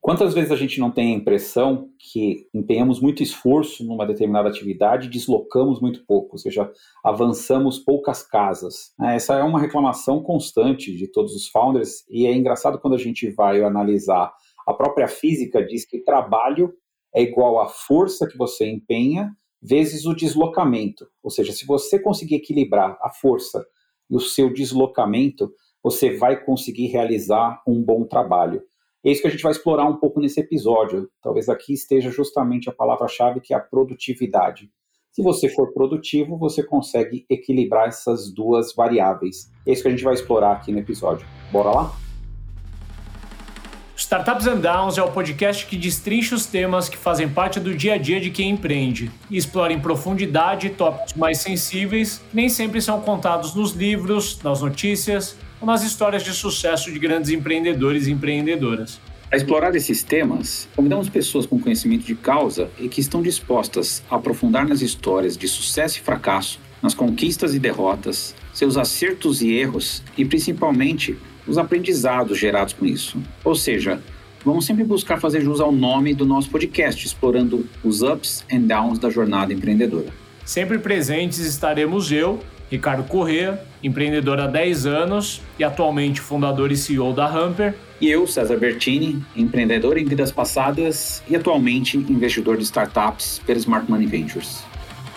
Quantas vezes a gente não tem a impressão que empenhamos muito esforço numa determinada atividade e deslocamos muito pouco, ou seja, avançamos poucas casas? Essa é uma reclamação constante de todos os founders e é engraçado quando a gente vai analisar. A própria física diz que trabalho é igual à força que você empenha vezes o deslocamento. Ou seja, se você conseguir equilibrar a força e o seu deslocamento, você vai conseguir realizar um bom trabalho. É isso que a gente vai explorar um pouco nesse episódio. Talvez aqui esteja justamente a palavra-chave, que é a produtividade. Se você for produtivo, você consegue equilibrar essas duas variáveis. É isso que a gente vai explorar aqui no episódio. Bora lá? Startups and Downs é o podcast que destrincha os temas que fazem parte do dia a dia de quem empreende e explora em profundidade tópicos mais sensíveis que nem sempre são contados nos livros, nas notícias ou nas histórias de sucesso de grandes empreendedores e empreendedoras. Para explorar esses temas, convidamos pessoas com conhecimento de causa e que estão dispostas a aprofundar nas histórias de sucesso e fracasso, nas conquistas e derrotas, seus acertos e erros e, principalmente, os aprendizados gerados com isso. Ou seja, vamos sempre buscar fazer jus ao nome do nosso podcast, explorando os ups and downs da jornada empreendedora. Sempre presentes estaremos eu, Ricardo Corrêa, empreendedor há 10 anos e atualmente fundador e CEO da Hamper. E eu, César Bertini, empreendedor em vidas passadas e atualmente investidor de startups pela Smart Money Ventures.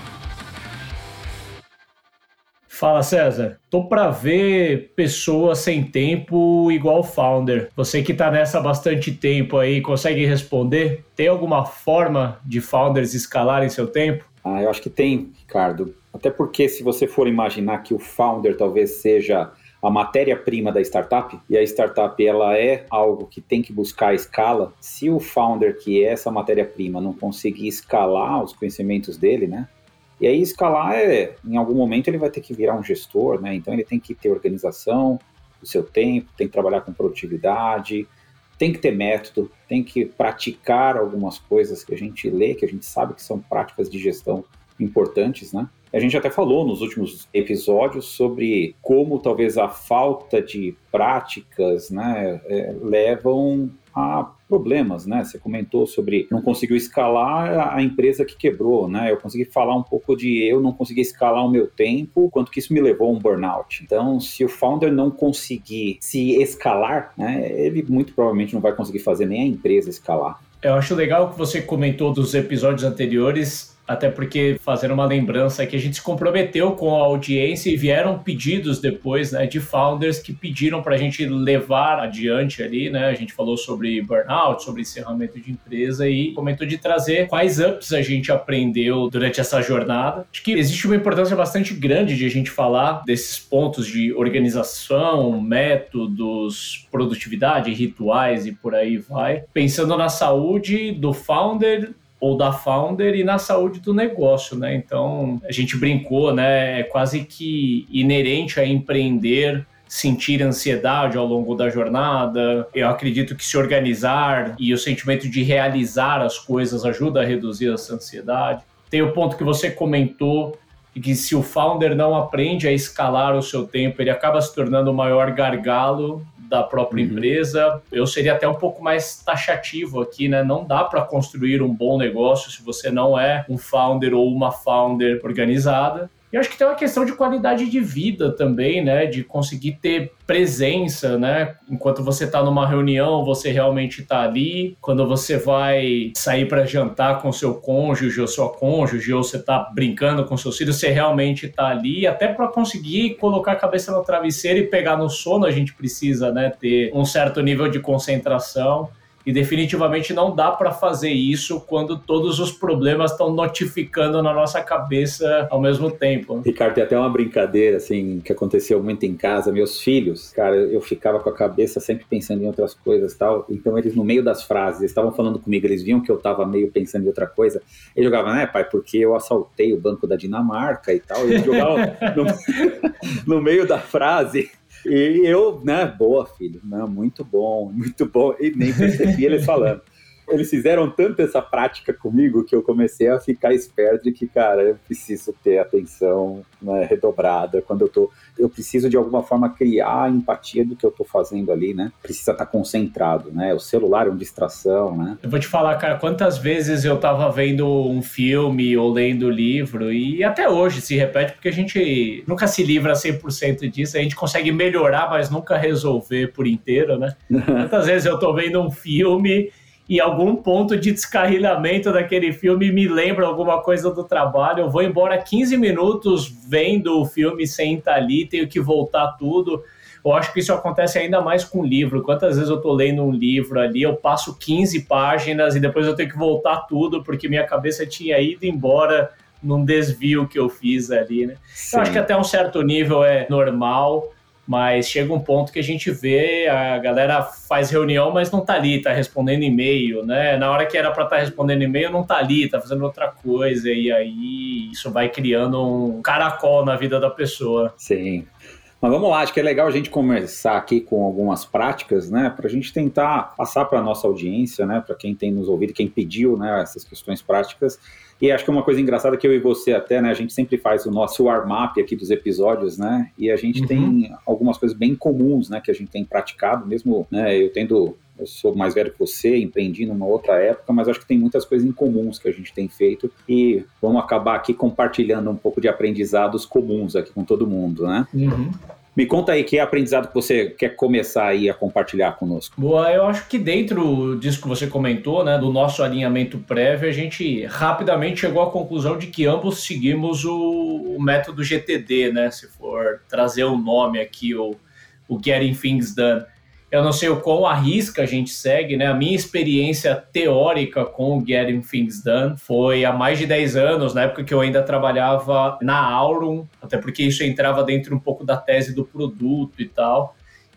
Fala, César. Tô para ver pessoa sem tempo igual founder. Você que tá nessa há bastante tempo aí, consegue responder? Tem alguma forma de founders escalarem seu tempo? Eu acho que tem, Ricardo. Até porque se você for imaginar que o founder talvez seja a matéria-prima da startup, e a startup ela é algo que tem que buscar escala, se o founder, que é essa matéria-prima, não conseguir escalar os conhecimentos dele, né? E aí escalar em algum momento ele vai ter que virar um gestor, né? Então ele tem que ter organização do seu tempo, tem que trabalhar com produtividade, tem que ter método, tem que praticar algumas coisas que a gente lê, que a gente sabe que são práticas de gestão importantes, né? A gente até falou nos últimos episódios sobre como talvez a falta de práticas, né, levam a problemas, né? Você comentou sobre não conseguiu escalar a empresa que quebrou, né? Eu consegui falar um pouco de eu não consegui escalar o meu tempo, quanto que isso me levou a um burnout. Então, se o founder não conseguir se escalar, né, ele muito provavelmente não vai conseguir fazer nem a empresa escalar. Eu acho legal que você comentou dos episódios anteriores, até porque, fazendo uma lembrança, que a gente se comprometeu com a audiência e vieram pedidos depois, né, de founders que pediram para a gente levar adiante ali, né? A gente falou sobre burnout, sobre encerramento de empresa e comentou de trazer quais ups a gente aprendeu durante essa jornada. Acho que existe uma importância bastante grande de a gente falar desses pontos de organização, métodos, produtividade, rituais e por aí vai. Pensando na saúde do founder ou da founder e na saúde do negócio, né? Então, a gente brincou, né? É quase que inerente a empreender, sentir ansiedade ao longo da jornada. Eu acredito que se organizar e o sentimento de realizar as coisas ajuda a reduzir essa ansiedade. Tem o ponto que você comentou, de que se o founder não aprende a escalar o seu tempo, ele acaba se tornando o maior gargalo da própria empresa. Eu seria até um pouco mais taxativo aqui, né? Não dá para construir um bom negócio se você não é um founder ou uma founder organizada. E acho que tem uma questão de qualidade de vida também, né? De conseguir ter presença, né? Enquanto você está numa reunião, você realmente está ali. Quando você vai sair para jantar com seu cônjuge ou sua cônjuge, ou você está brincando com seus filhos, você realmente está ali. Até para conseguir colocar a cabeça no travesseiro e pegar no sono, a gente precisa, né, ter um certo nível de concentração. E definitivamente não dá para fazer isso quando todos os problemas estão notificando na nossa cabeça ao mesmo tempo. Ricardo, tem até uma brincadeira assim, que aconteceu muito em casa. Meus filhos, cara, eu ficava com a cabeça sempre pensando em outras coisas e tal. Então eles, no meio das frases, eles estavam falando comigo, eles viam que eu estava meio pensando em outra coisa. Eles jogavam, né, pai, porque eu assaltei o Banco da Dinamarca e tal. Eles jogavam no meio da frase. E eu, né, boa, filho, não, muito bom, e nem percebi eles falando. Eles fizeram tanto essa prática comigo que eu comecei a ficar esperto de que, cara, eu preciso ter atenção, né, redobrada quando eu preciso de alguma forma criar a empatia do que eu tô fazendo ali, né? Precisa estar concentrado, né? O celular é uma distração, né? Eu vou te falar, cara, quantas vezes eu tava vendo um filme ou lendo livro e até hoje se repete porque a gente nunca se livra 100% disso, a gente consegue melhorar, mas nunca resolver por inteiro, né? Quantas vezes eu tô vendo um filme e algum ponto de descarrilhamento daquele filme me lembra alguma coisa do trabalho, eu vou embora 15 minutos vendo o filme sem estar ali, tenho que voltar tudo. Eu acho que isso acontece ainda mais com livro. Quantas vezes eu tô lendo um livro ali, eu passo 15 páginas e depois eu tenho que voltar tudo porque minha cabeça tinha ido embora num desvio que eu fiz ali, né? Eu acho que até um certo nível é normal, mas chega um ponto que a gente vê, a galera faz reunião, mas não tá ali, tá respondendo e-mail, né? Na hora que era para estar respondendo e-mail, não tá ali, tá fazendo outra coisa, e aí isso vai criando um caracol na vida da pessoa. Sim. Mas vamos lá, acho que é legal a gente começar aqui com algumas práticas, né, para a gente tentar passar para a nossa audiência, né, para quem tem nos ouvido, quem pediu, né, essas questões práticas. E acho que é uma coisa engraçada que eu e você até, né, a gente sempre faz o nosso warm-up aqui dos episódios, né, e a gente tem algumas coisas bem comuns, né, que a gente tem praticado, mesmo, né, eu sou mais velho que você, empreendi numa outra época, mas acho que tem muitas coisas em comuns que a gente tem feito e vamos acabar aqui compartilhando um pouco de aprendizados comuns aqui com todo mundo, né? Me conta aí, que aprendizado que você quer começar aí a compartilhar conosco? Boa, eu acho que dentro disso que você comentou, né, do nosso alinhamento prévio, a gente rapidamente chegou à conclusão de que ambos seguimos o método GTD, né, se for trazer o nome aqui, o Getting Things Done. Eu não sei o quão à risca a gente segue, né? A minha experiência teórica com o Getting Things Done foi há mais de 10 anos, na época que eu ainda trabalhava na Aurum, até porque isso entrava dentro um pouco da tese do produto e tal.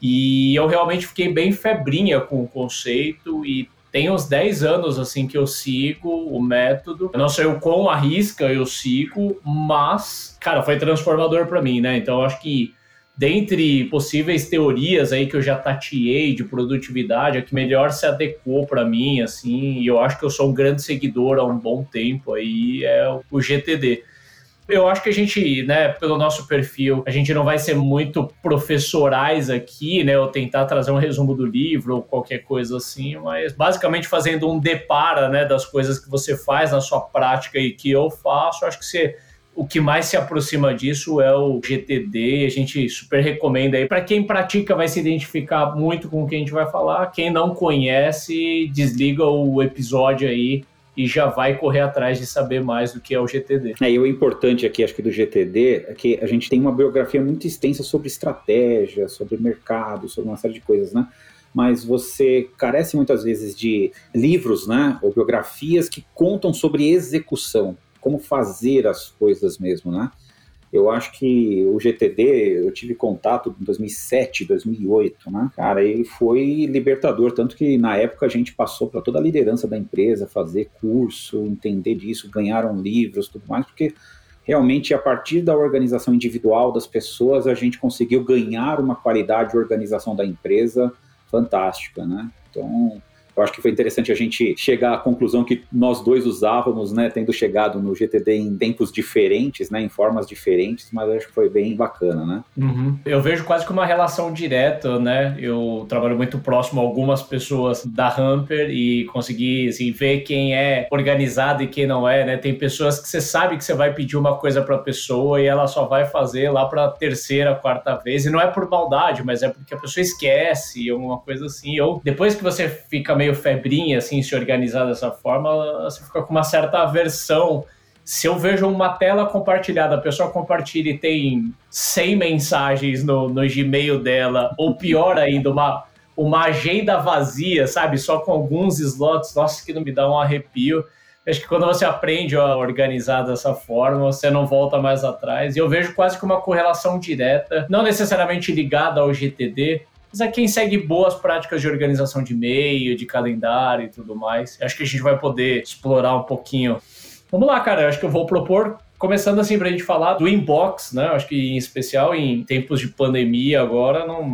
E eu realmente fiquei bem febrinha com o conceito e tem uns 10 anos assim que eu sigo o método. Eu não sei o quão à risca eu sigo, mas, cara, foi transformador para mim, né? Então eu acho que dentre possíveis teorias aí que eu já tateei de produtividade, a que melhor se adequou para mim, assim, e eu acho que eu sou um grande seguidor há um bom tempo aí, é o GTD. Eu acho que a gente, né, pelo nosso perfil, a gente não vai ser muito professorais aqui, né, ou tentar trazer um resumo do livro ou qualquer coisa assim, mas basicamente fazendo um depara, né, das coisas que você faz na sua prática e que eu faço, acho que o que mais se aproxima disso é o GTD, a gente super recomenda aí. Para quem pratica vai se identificar muito com o que a gente vai falar, quem não conhece, desliga o episódio aí e já vai correr atrás de saber mais do que é o GTD. E o importante aqui, acho que do GTD, é que a gente tem uma biografia muito extensa sobre estratégia, sobre mercado, sobre uma série de coisas, né? Mas você carece muitas vezes de livros, né, ou biografias que contam sobre execução, como fazer as coisas mesmo, né? Eu acho que o GTD, eu tive contato em 2007, 2008, né? Cara, ele foi libertador, tanto que na época a gente passou para toda a liderança da empresa fazer curso, entender disso, ganharam livros, tudo mais, porque realmente a partir da organização individual das pessoas a gente conseguiu ganhar uma qualidade de organização da empresa fantástica, né? Então, eu acho que foi interessante a gente chegar à conclusão que nós dois usávamos, né, tendo chegado no GTD em tempos diferentes, né, em formas diferentes, mas acho que foi bem bacana, né? Eu vejo quase que uma relação direta, né? Eu trabalho muito próximo a algumas pessoas da Hamper e consegui assim, ver quem é organizado e quem não é, né? Tem pessoas que você sabe que você vai pedir uma coisa para a pessoa e ela só vai fazer lá para a terceira, quarta vez, e não é por maldade, mas é porque a pessoa esquece, alguma coisa assim. Ou depois que você fica meio febrinha, assim, se organizar dessa forma, você fica com uma certa aversão. Se eu vejo uma tela compartilhada, a pessoa compartilha e tem 100 mensagens no Gmail dela, ou pior ainda, uma agenda vazia, sabe? Só com alguns slots, nossa, que não me dá um arrepio. Acho que quando você aprende a organizar dessa forma, você não volta mais atrás. E eu vejo quase que uma correlação direta, não necessariamente ligada ao GTD, mas a quem segue boas práticas de organização de e-mail, de calendário e tudo mais. Acho que a gente vai poder explorar um pouquinho. Vamos lá, cara. Acho que eu vou propor, começando assim, pra gente falar do inbox, né? Acho que em especial em tempos de pandemia agora,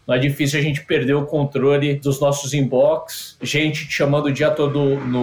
não é difícil a gente perder o controle dos nossos inbox, gente te chamando o dia todo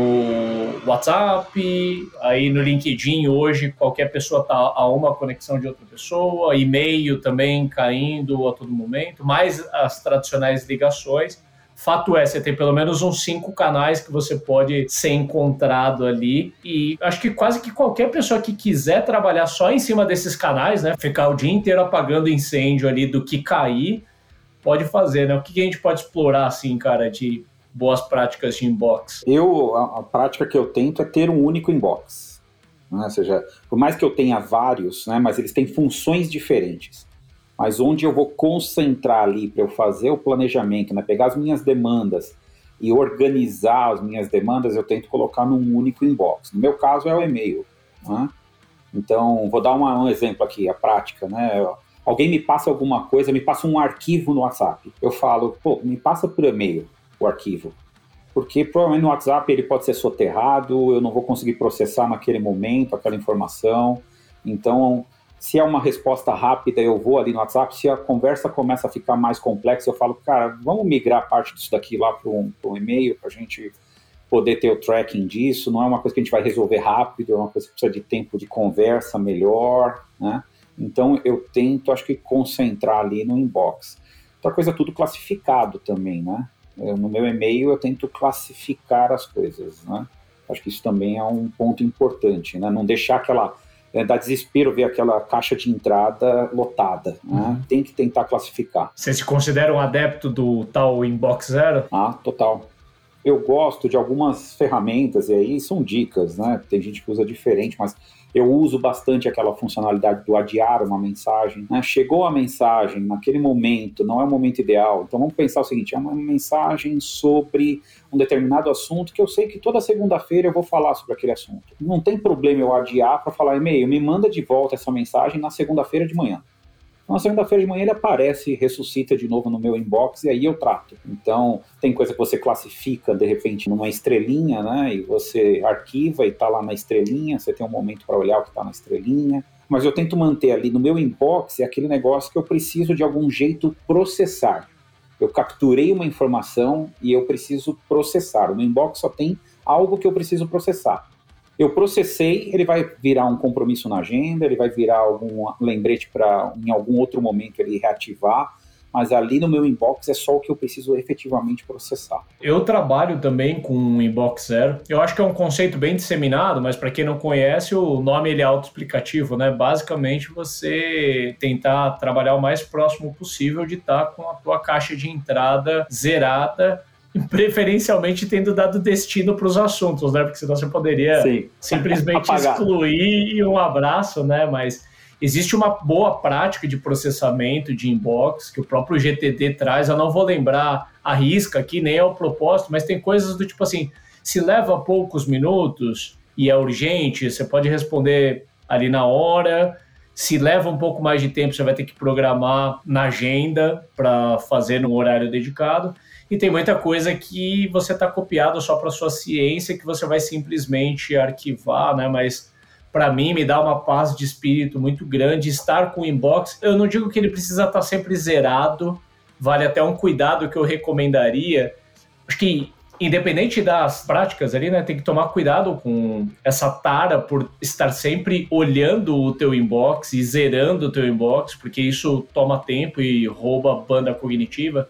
no WhatsApp, aí no LinkedIn hoje qualquer pessoa está a uma conexão de outra pessoa, e-mail também caindo a todo momento, mais as tradicionais ligações. Fato é, você tem pelo menos uns 5 canais que você pode ser encontrado ali, e acho que quase que qualquer pessoa que quiser trabalhar só em cima desses canais, né, ficar o dia inteiro apagando incêndio ali do que cair, pode fazer, né? O que a gente pode explorar, assim, cara, de boas práticas de inbox? A prática que eu tento é ter um único inbox, né? Ou seja, por mais que eu tenha vários, né, mas eles têm funções diferentes. Mas onde eu vou concentrar ali para eu fazer o planejamento, né, pegar as minhas demandas e organizar as minhas demandas, eu tento colocar num único inbox. No meu caso é o e-mail, né? Então, vou dar um exemplo aqui, a prática, né? Alguém me passa alguma coisa, me passa um arquivo no WhatsApp. Eu falo, me passa por e-mail o arquivo. Porque provavelmente no WhatsApp ele pode ser soterrado, eu não vou conseguir processar naquele momento aquela informação. Então, se é uma resposta rápida, eu vou ali no WhatsApp. Se a conversa começa a ficar mais complexa, eu falo, cara, vamos migrar parte disso daqui lá para um e-mail, para a gente poder ter o tracking disso. Não é uma coisa que a gente vai resolver rápido, é uma coisa que precisa de tempo de conversa melhor, né? Então, eu tento, acho que, concentrar ali no inbox. Outra coisa, tudo classificado também, né? No meu e-mail, eu tento classificar as coisas, né? Acho que isso também é um ponto importante, né? Não deixar aquela... dá desespero ver aquela caixa de entrada lotada, né? Tem que tentar classificar. Você se considera um adepto do tal Inbox Zero? Ah, total. Eu gosto de algumas ferramentas, e aí são dicas, né? Tem gente que usa diferente, mas eu uso bastante aquela funcionalidade do adiar uma mensagem, né? Chegou a mensagem naquele momento, não é o momento ideal, então vamos pensar o seguinte, é uma mensagem sobre um determinado assunto que eu sei que toda segunda-feira eu vou falar sobre aquele assunto. Não tem problema eu adiar para falar e-mail, me manda de volta essa mensagem na segunda-feira de manhã. Na segunda-feira de manhã ele aparece, ressuscita de novo no meu inbox e aí eu trato. Então, tem coisa que você classifica, de repente, numa estrelinha, né? E você arquiva e está lá na estrelinha, você tem um momento para olhar o que está na estrelinha. Mas eu tento manter ali no meu inbox aquele negócio que eu preciso de algum jeito processar. Eu capturei uma informação e eu preciso processar. O meu inbox só tem algo que eu preciso processar. Eu processei, ele vai virar um compromisso na agenda, ele vai virar algum lembrete para em algum outro momento ele reativar, mas ali no meu inbox é só o que eu preciso efetivamente processar. Eu trabalho também com um Inbox Zero. Eu acho que é um conceito bem disseminado, mas para quem não conhece, o nome ele é autoexplicativo, né? Basicamente você tentar trabalhar o mais próximo possível de estar com a tua caixa de entrada zerada, preferencialmente tendo dado destino para os assuntos, né? Porque senão você poderia simplesmente excluir e um abraço, né? Mas existe uma boa prática de processamento de inbox que o próprio GTD traz. Eu não vou lembrar a risca aqui, nem é o propósito, mas tem coisas do tipo assim, se leva poucos minutos e é urgente, você pode responder ali na hora. Se leva um pouco mais de tempo, você vai ter que programar na agenda para fazer no horário dedicado. E tem muita coisa que você está copiado só para sua ciência, que você vai simplesmente arquivar, né? Mas para mim me dá uma paz de espírito muito grande estar com o inbox. Eu não digo que ele precisa estar sempre zerado, vale até um cuidado que eu recomendaria. Acho que independente das práticas ali, né, tem que tomar cuidado com essa tara por estar sempre olhando o teu inbox e zerando o teu inbox, porque isso toma tempo e rouba a banda cognitiva.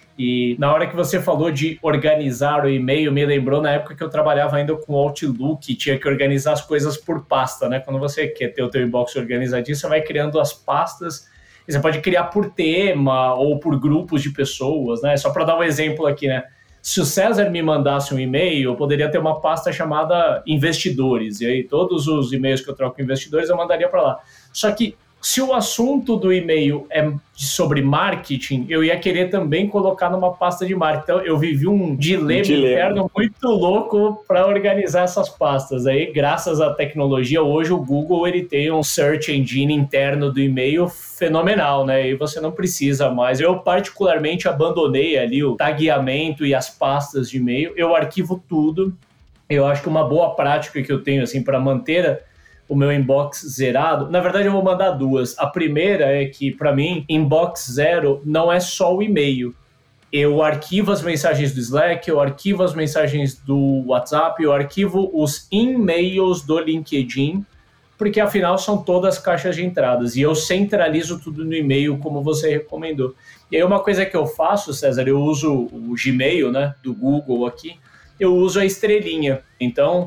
E na hora que você falou de organizar o e-mail, me lembrou na época que eu trabalhava ainda com Outlook e tinha que organizar as coisas por pasta, né? Quando você quer ter o teu inbox organizadinho, você vai criando as pastas e você pode criar por tema ou por grupos de pessoas, né? Só para dar um exemplo aqui, né? Se o César me mandasse um e-mail, eu poderia ter uma pasta chamada investidores, e aí todos os e-mails que eu troco com investidores eu mandaria para lá. Só que se o assunto do e-mail é sobre marketing, eu ia querer também colocar numa pasta de marketing. Então, eu vivi um dilema interno muito louco para organizar essas pastas. Aí, graças à tecnologia, hoje o Google ele tem um search engine interno do e-mail fenomenal, né? E você não precisa mais. Eu, particularmente, abandonei ali o tagueamento e as pastas de e-mail. Eu arquivo tudo. Eu acho que uma boa prática que eu tenho, assim, para manter o meu inbox zerado, na verdade eu vou mandar duas. A primeira é que, para mim, inbox zero não é só o e-mail. Eu arquivo as mensagens do Slack, eu arquivo as mensagens do WhatsApp, eu arquivo os e-mails do LinkedIn, porque afinal são todas caixas de entradas. E eu centralizo tudo no e-mail, como você recomendou. E aí uma coisa que eu faço, César, eu uso o Gmail, né, do Google aqui, eu uso a estrelinha. Então,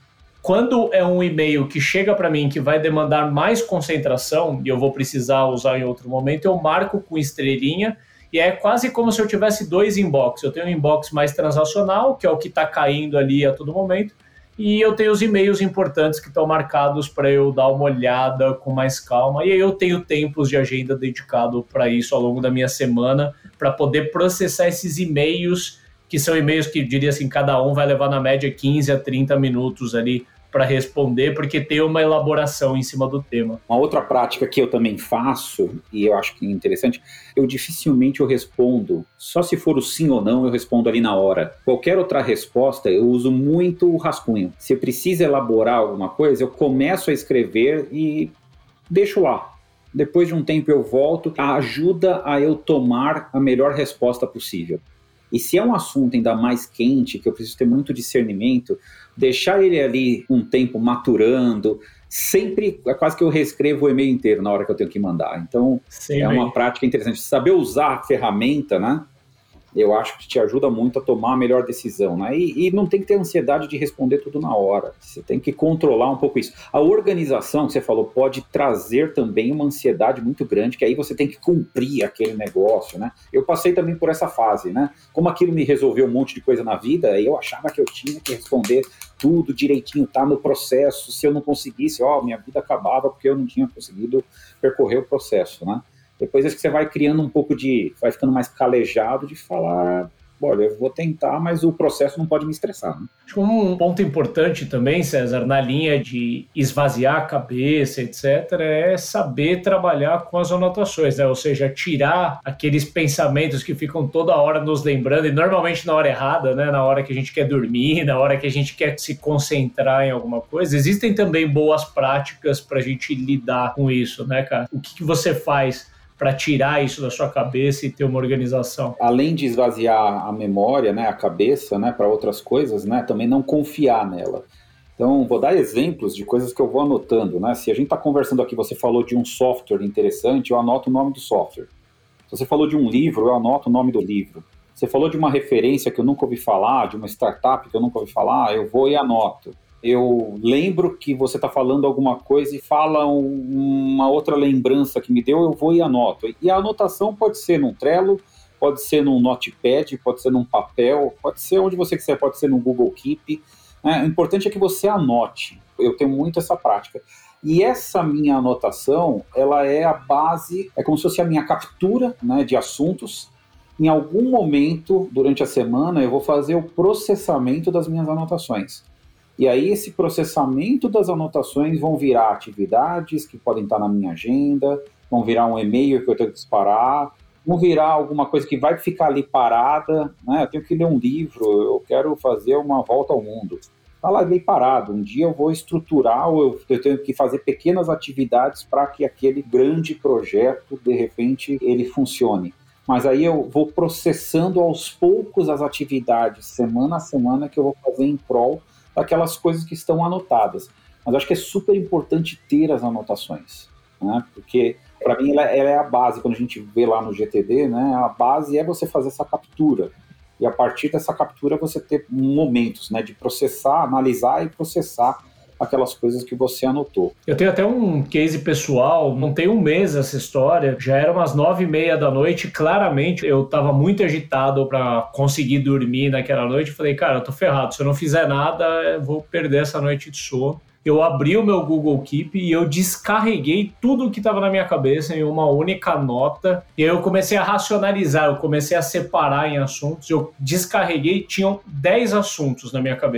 quando é um e-mail que chega para mim que vai demandar mais concentração e eu vou precisar usar em outro momento, eu marco com estrelinha e é quase como se eu tivesse dois inbox. Eu tenho um inbox mais transacional, que é o que está caindo ali a todo momento, e eu tenho os e-mails importantes que estão marcados para eu dar uma olhada com mais calma. E aí eu tenho tempos de agenda dedicado para isso ao longo da minha semana, para poder processar esses e-mails, que são e-mails que, diria assim, cada um vai levar na média 15 a 30 minutos ali para responder, porque tem uma elaboração em cima do tema. Uma outra prática que eu também faço, e eu acho que é interessante, eu dificilmente eu respondo, só se for o sim ou não eu respondo ali na hora. Qualquer outra resposta eu uso muito o rascunho. Se eu preciso elaborar alguma coisa, eu começo a escrever e deixo lá. Depois de um tempo eu volto, ajuda a eu tomar a melhor resposta possível. E se é um assunto ainda mais quente, que eu preciso ter muito discernimento, deixar ele ali um tempo maturando, sempre, é quase que eu reescrevo o e-mail inteiro na hora que eu tenho que mandar. Então, é uma prática interessante. Saber usar a ferramenta, né? Eu acho que te ajuda muito a tomar a melhor decisão, né? E não tem que ter ansiedade de responder tudo na hora. Você tem que controlar um pouco isso. A organização que você falou pode trazer também uma ansiedade muito grande, que aí você tem que cumprir aquele negócio, né? Eu passei também por essa fase, né? Como aquilo me resolveu um monte de coisa na vida, eu achava que eu tinha que responder tudo direitinho, tá no processo. Se eu não conseguisse, minha vida acabava porque eu não tinha conseguido percorrer o processo, né? Depois acho que você vai criando um pouco vai ficando mais calejado de falar, olha, eu vou tentar, mas o processo não pode me estressar, né? Acho que um ponto importante também, César, na linha de esvaziar a cabeça, etc., é saber trabalhar com as anotações, né? Ou seja, tirar aqueles pensamentos que ficam toda hora nos lembrando, e normalmente na hora errada, né? Na hora que a gente quer dormir, na hora que a gente quer se concentrar em alguma coisa. Existem também boas práticas para a gente lidar com isso, né, cara? O que você faz para tirar isso da sua cabeça e ter uma organização? Além de esvaziar a memória, né, a cabeça, né, para outras coisas, né, também não confiar nela. Então, vou dar exemplos de coisas que eu vou anotando, né? Se a gente está conversando aqui, você falou de um software interessante, eu anoto o nome do software. Se você falou de um livro, eu anoto o nome do livro. Você falou de uma referência que eu nunca ouvi falar, de uma startup que eu nunca ouvi falar, eu vou e anoto. Eu lembro que você está falando alguma coisa e fala uma outra lembrança que me deu, eu vou e anoto. E a anotação pode ser num Trello, pode ser num Notepad, pode ser num papel, pode ser onde você quiser, pode ser num Google Keep. O importante é que você anote. Eu tenho muito essa prática. E essa minha anotação, ela é a base, é como se fosse a minha captura, né, de assuntos. Em algum momento, durante a semana, eu vou fazer o processamento das minhas anotações. E aí esse processamento das anotações vão virar atividades que podem estar na minha agenda, vão virar um e-mail que eu tenho que disparar, vão virar alguma coisa que vai ficar ali parada, né? Eu tenho que ler um livro, eu quero fazer uma volta ao mundo. Está lá ali parado, um dia eu vou estruturar, ou eu tenho que fazer pequenas atividades para que aquele grande projeto, de repente, ele funcione. Mas aí eu vou processando aos poucos as atividades, semana a semana, que eu vou fazer em prol daquelas coisas que estão anotadas. Mas acho que é super importante ter as anotações, né? Porque, para mim, ela é a base. Quando a gente vê lá no GTD, né, a base é você fazer essa captura. E a partir dessa captura você ter momentos, né, de processar, analisar e processar aquelas coisas que você anotou. Eu tenho até um case pessoal, não tem um mês essa história, já era umas 9h30 da noite, claramente eu estava muito agitado para conseguir dormir naquela noite, falei, cara, eu tô ferrado, se eu não fizer nada, eu vou perder essa noite de sono. Eu abri o meu Google Keep e eu descarreguei tudo que estava na minha cabeça em uma única nota, e aí eu comecei a racionalizar, eu comecei a separar em assuntos, eu descarreguei, tinham 10 assuntos na minha cabeça.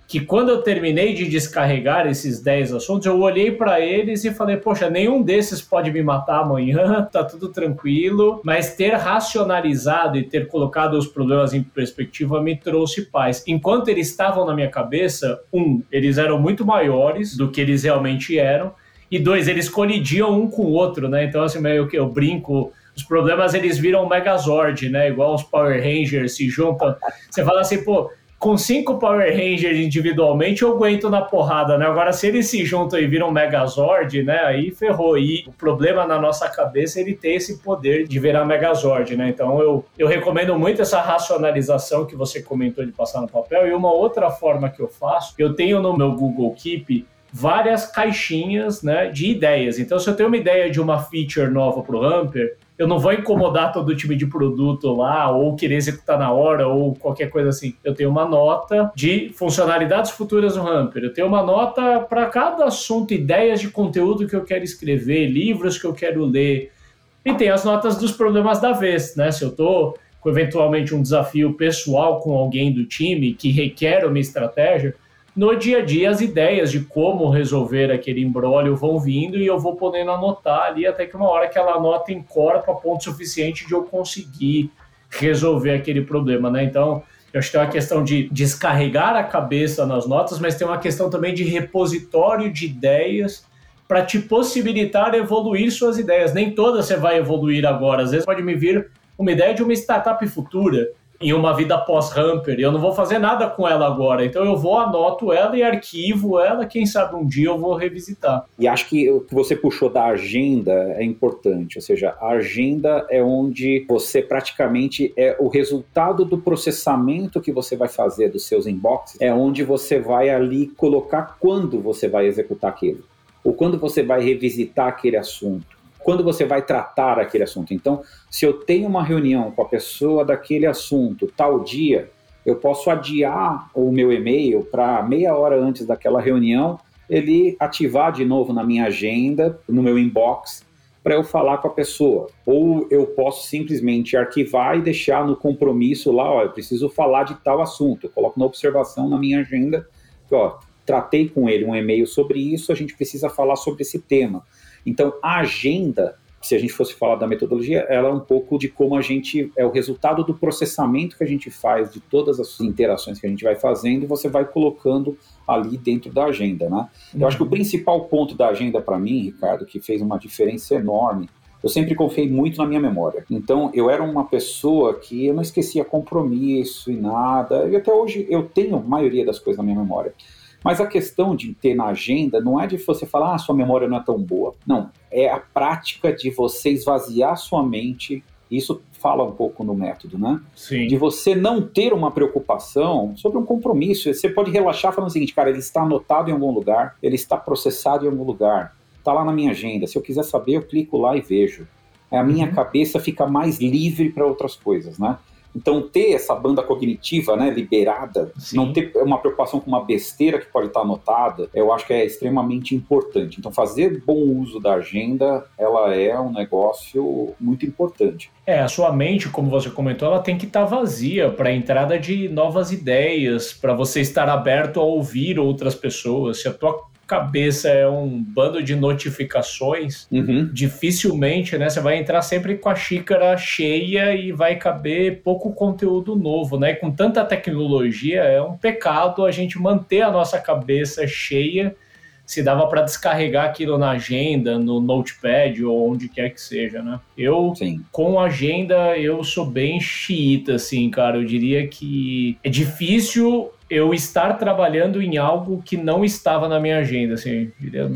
que quando eu terminei de descarregar esses 10 assuntos, eu olhei para eles e falei, poxa, nenhum desses pode me matar amanhã, tá tudo tranquilo, mas ter racionalizado e ter colocado os problemas em perspectiva me trouxe paz. Enquanto eles estavam na minha cabeça, eles eram muito maiores do que eles realmente eram, e 2, eles colidiam um com o outro, né? Então, assim, meio que eu brinco, os problemas eles viram um Megazord, né? Igual os Power Rangers se juntam. Você fala assim, pô, com 5 Power Rangers individualmente eu aguento na porrada, né? Agora, se eles se juntam e viram um Megazord, né? Aí ferrou. E o problema na nossa cabeça é ele ter esse poder de virar Megazord, né? Então, eu recomendo muito essa racionalização que você comentou de passar no papel. E uma outra forma que eu faço, eu tenho no meu Google Keep várias caixinhas, né, de ideias. Então, se eu tenho uma ideia de uma feature nova para o Hamper, eu não vou incomodar todo o time de produto lá, ou querer executar na hora, ou qualquer coisa assim. Eu tenho uma nota de funcionalidades futuras do Hamper. Eu tenho uma nota para cada assunto, ideias de conteúdo que eu quero escrever, livros que eu quero ler. E tem as notas dos problemas da vez, né? Se eu estou com, eventualmente, um desafio pessoal com alguém do time que requer uma estratégia, no dia a dia as ideias de como resolver aquele imbróglio vão vindo e eu vou podendo anotar ali até que uma hora aquela nota encorpa a ponto suficiente de eu conseguir resolver aquele problema, né? Então, eu acho que tem uma questão de descarregar a cabeça nas notas, mas tem uma questão também de repositório de ideias para te possibilitar evoluir suas ideias. Nem todas você vai evoluir agora. Às vezes pode me vir uma ideia de uma startup futura, em uma vida pós-Hamper, e eu não vou fazer nada com ela agora, então eu vou, anoto ela e arquivo ela, quem sabe um dia eu vou revisitar. E acho que o que você puxou da agenda é importante, ou seja, a agenda é onde você praticamente é o resultado do processamento que você vai fazer dos seus inboxes, é onde você vai ali colocar quando você vai executar aquilo, ou quando você vai revisitar aquele assunto, quando você vai tratar aquele assunto. Então, se eu tenho uma reunião com a pessoa daquele assunto, tal dia, eu posso adiar o meu e-mail para meia hora antes daquela reunião, ele ativar de novo na minha agenda, no meu inbox, para eu falar com a pessoa. Ou eu posso simplesmente arquivar e deixar no compromisso lá, ó, eu preciso falar de tal assunto. Eu coloco na observação na minha agenda, que, ó, tratei com ele um e-mail sobre isso, a gente precisa falar sobre esse tema. Então, a agenda, se a gente fosse falar da metodologia, ela é um pouco de como a gente, é o resultado do processamento que a gente faz de todas as interações que a gente vai fazendo e você vai colocando ali dentro da agenda, né? Eu acho que o principal ponto da agenda para mim, Ricardo, que fez uma diferença enorme, eu sempre confiei muito na minha memória. Então, eu era uma pessoa que eu não esquecia compromisso e nada, e até hoje eu tenho a maioria das coisas na minha memória. Mas a questão de ter na agenda não é de você falar, sua memória não é tão boa. Não, é a prática de você esvaziar sua mente, isso fala um pouco no método, né? Sim. De você não ter uma preocupação sobre um compromisso. Você pode relaxar falando o seguinte, cara, ele está anotado em algum lugar, ele está processado em algum lugar, está lá na minha agenda. Se eu quiser saber, eu clico lá e vejo. A minha cabeça fica mais livre para outras coisas, né? Então, ter essa banda cognitiva, né, liberada, Sim. Não ter uma preocupação com uma besteira que pode estar anotada, eu acho que é extremamente importante. Então, fazer bom uso da agenda, ela é um negócio muito importante. A sua mente, como você comentou, ela tem que estar vazia para a entrada de novas ideias, para você estar aberto a ouvir outras pessoas. Se a tua cabeça é um bando de notificações, dificilmente, né, você vai entrar sempre com a xícara cheia e vai caber pouco conteúdo novo, né? Com tanta tecnologia, é um pecado a gente manter a nossa cabeça cheia. Se dava para descarregar aquilo na agenda, no Notepad ou onde quer que seja, né? Sim. Com agenda, eu sou bem xiita, assim, cara. Eu diria que é difícil eu estar trabalhando em algo que não estava na minha agenda, assim.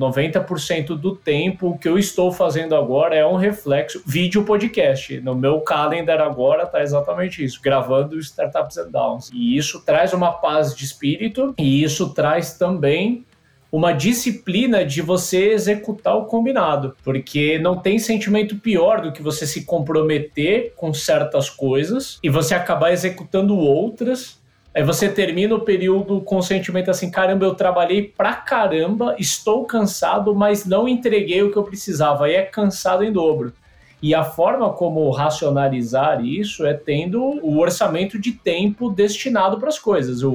90% do tempo, o que eu estou fazendo agora é um reflexo, vídeo podcast. No meu calendar agora tá exatamente isso, gravando Startups and Downs. E isso traz uma paz de espírito e isso traz também uma disciplina de você executar o combinado, porque não tem sentimento pior do que você se comprometer com certas coisas e você acabar executando outras. Aí você termina o período com o sentimento assim, caramba, eu trabalhei pra caramba, estou cansado, mas não entreguei o que eu precisava. Aí é cansado em dobro. E a forma como racionalizar isso é tendo o orçamento de tempo destinado para as coisas.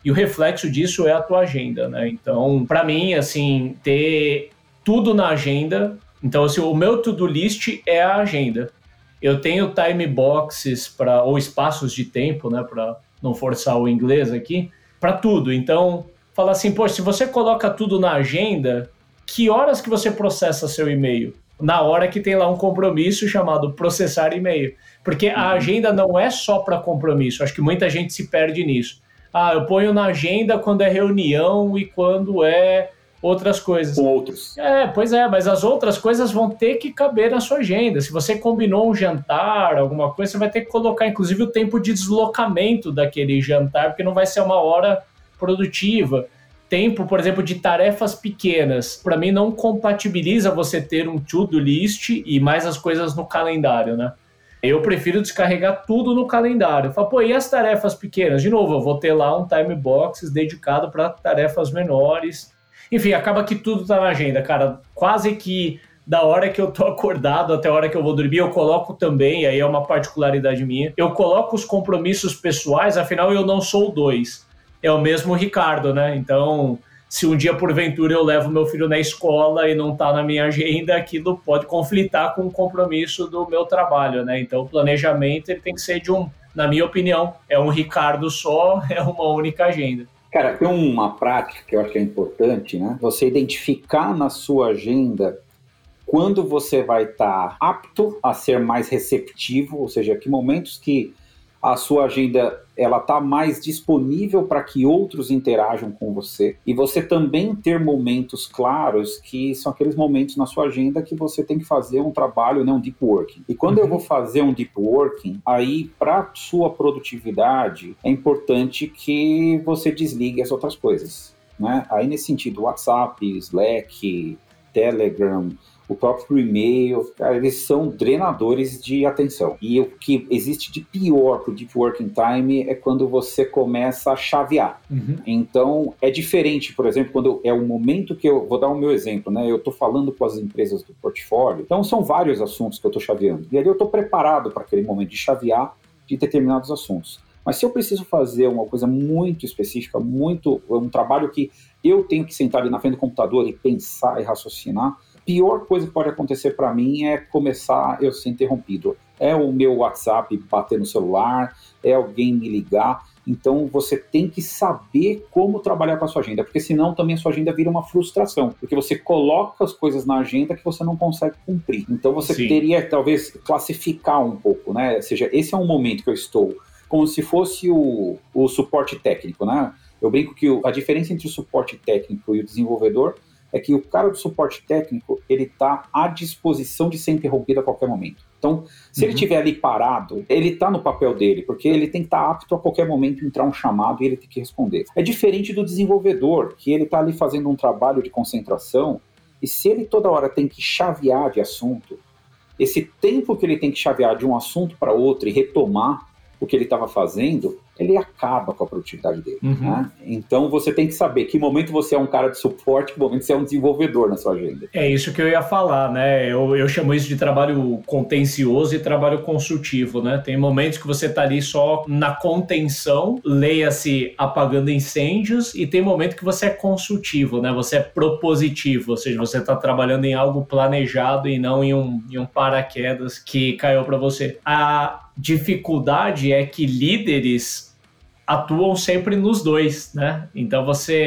e o reflexo disso é a tua agenda, né? Então, para mim, assim, ter tudo na agenda. Então, assim, o meu to-do list é a agenda. Eu tenho time boxes ou espaços de tempo, né, para não forçar o inglês aqui, para tudo. Então, fala assim, pô, se você coloca tudo na agenda, que horas que você processa seu e-mail? Na hora que tem lá um compromisso chamado processar e-mail. Porque a agenda não é só para compromisso. Acho que muita gente se perde nisso. Eu ponho na agenda quando é reunião e quando é outras coisas. Com outros. Pois é, mas as outras coisas vão ter que caber na sua agenda. Se você combinou um jantar, alguma coisa, você vai ter que colocar, inclusive, o tempo de deslocamento daquele jantar, porque não vai ser uma hora produtiva. Tempo, por exemplo, de tarefas pequenas. Para mim, não compatibiliza você ter um to-do list e mais as coisas no calendário, né? Eu prefiro descarregar tudo no calendário. Falo, pô, e as tarefas pequenas? De novo, eu vou ter lá um time box dedicado para tarefas menores. Enfim, acaba que tudo tá na agenda, cara. Quase que da hora que eu tô acordado até a hora que eu vou dormir, eu coloco também, aí é uma particularidade minha, eu coloco os compromissos pessoais, afinal eu não sou o 2. É o mesmo Ricardo, né? Então, se um dia, porventura, eu levo meu filho na escola e não tá na minha agenda, aquilo pode conflitar com o compromisso do meu trabalho, né? Então, o planejamento ele tem que ser na minha opinião, é um Ricardo só, é uma única agenda. Cara, tem uma prática que eu acho que é importante, né? Você identificar na sua agenda quando você vai estar apto a ser mais receptivo, ou seja, que momentos que a sua agenda ela está mais disponível para que outros interajam com você. E você também ter momentos claros que são aqueles momentos na sua agenda que você tem que fazer um trabalho, né, um deep working. E quando eu vou fazer um deep working, aí para sua produtividade é importante que você desligue as outras coisas, né? Aí nesse sentido, WhatsApp, Slack, Telegram, o próprio e-mail, cara, eles são drenadores de atenção. E o que existe de pior para o Deep Working Time é quando você começa a chavear. Então, é diferente, por exemplo, quando é o momento que eu... Vou dar o meu exemplo, né? Eu estou falando com as empresas do portfólio, então são vários assuntos que eu estou chaveando. E ali eu estou preparado para aquele momento de chavear de determinados assuntos. Mas se eu preciso fazer uma coisa muito específica, um trabalho que eu tenho que sentar ali na frente do computador e pensar e raciocinar, a pior coisa que pode acontecer para mim é começar eu ser interrompido. É o meu WhatsApp bater no celular, é alguém me ligar. Então você tem que saber como trabalhar com a sua agenda, porque senão também a sua agenda vira uma frustração, porque você coloca as coisas na agenda que você não consegue cumprir. Então você teria talvez classificar um pouco, né? Ou seja, esse é um momento que eu estou como se fosse o suporte técnico, né? Eu brinco que a diferença entre o suporte técnico e o desenvolvedor é que o cara do suporte técnico, ele está à disposição de ser interrompido a qualquer momento. Então, se ele estiver ali parado, ele está no papel dele, porque ele tem que estar apto a qualquer momento entrar um chamado e ele tem que responder. É diferente do desenvolvedor, que ele está ali fazendo um trabalho de concentração, e se ele toda hora tem que chavear de assunto, esse tempo que ele tem que chavear de um assunto para outro e retomar o que ele estava fazendo, ele acaba com a produtividade dele. Né? Então você tem que saber que momento você é um cara de suporte, que momento você é um desenvolvedor na sua agenda. É isso que eu ia falar, né? Eu chamo isso de trabalho contencioso e trabalho consultivo, né? Tem momentos que você está ali só na contenção, leia-se apagando incêndios, e tem momento que você é consultivo, né? Você é propositivo, ou seja, você está trabalhando em algo planejado e não em um paraquedas que caiu para você. A dificuldade é que líderes atuam sempre nos dois, né? Então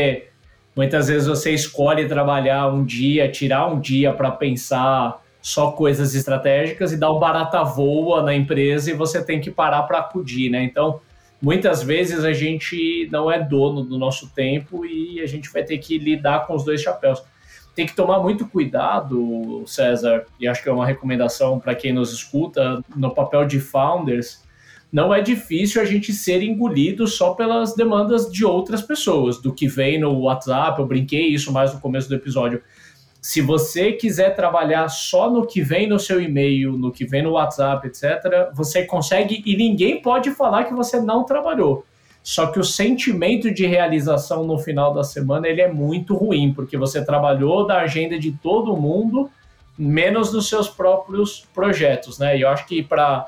muitas vezes você escolhe trabalhar um dia, tirar um dia para pensar só coisas estratégicas e dar um barata voa na empresa e você tem que parar para acudir, né? Então, muitas vezes a gente não é dono do nosso tempo e a gente vai ter que lidar com os dois chapéus. Tem que tomar muito cuidado, César, e acho que é uma recomendação para quem nos escuta, no papel de founders. Não é difícil a gente ser engolido só pelas demandas de outras pessoas, do que vem no WhatsApp. Eu brinquei isso mais no começo do episódio. Se você quiser trabalhar só no que vem no seu e-mail, no que vem no WhatsApp, etc., você consegue e ninguém pode falar que você não trabalhou. Só que o sentimento de realização no final da semana ele é muito ruim, porque você trabalhou da agenda de todo mundo, menos dos seus próprios projetos, né? E eu acho que para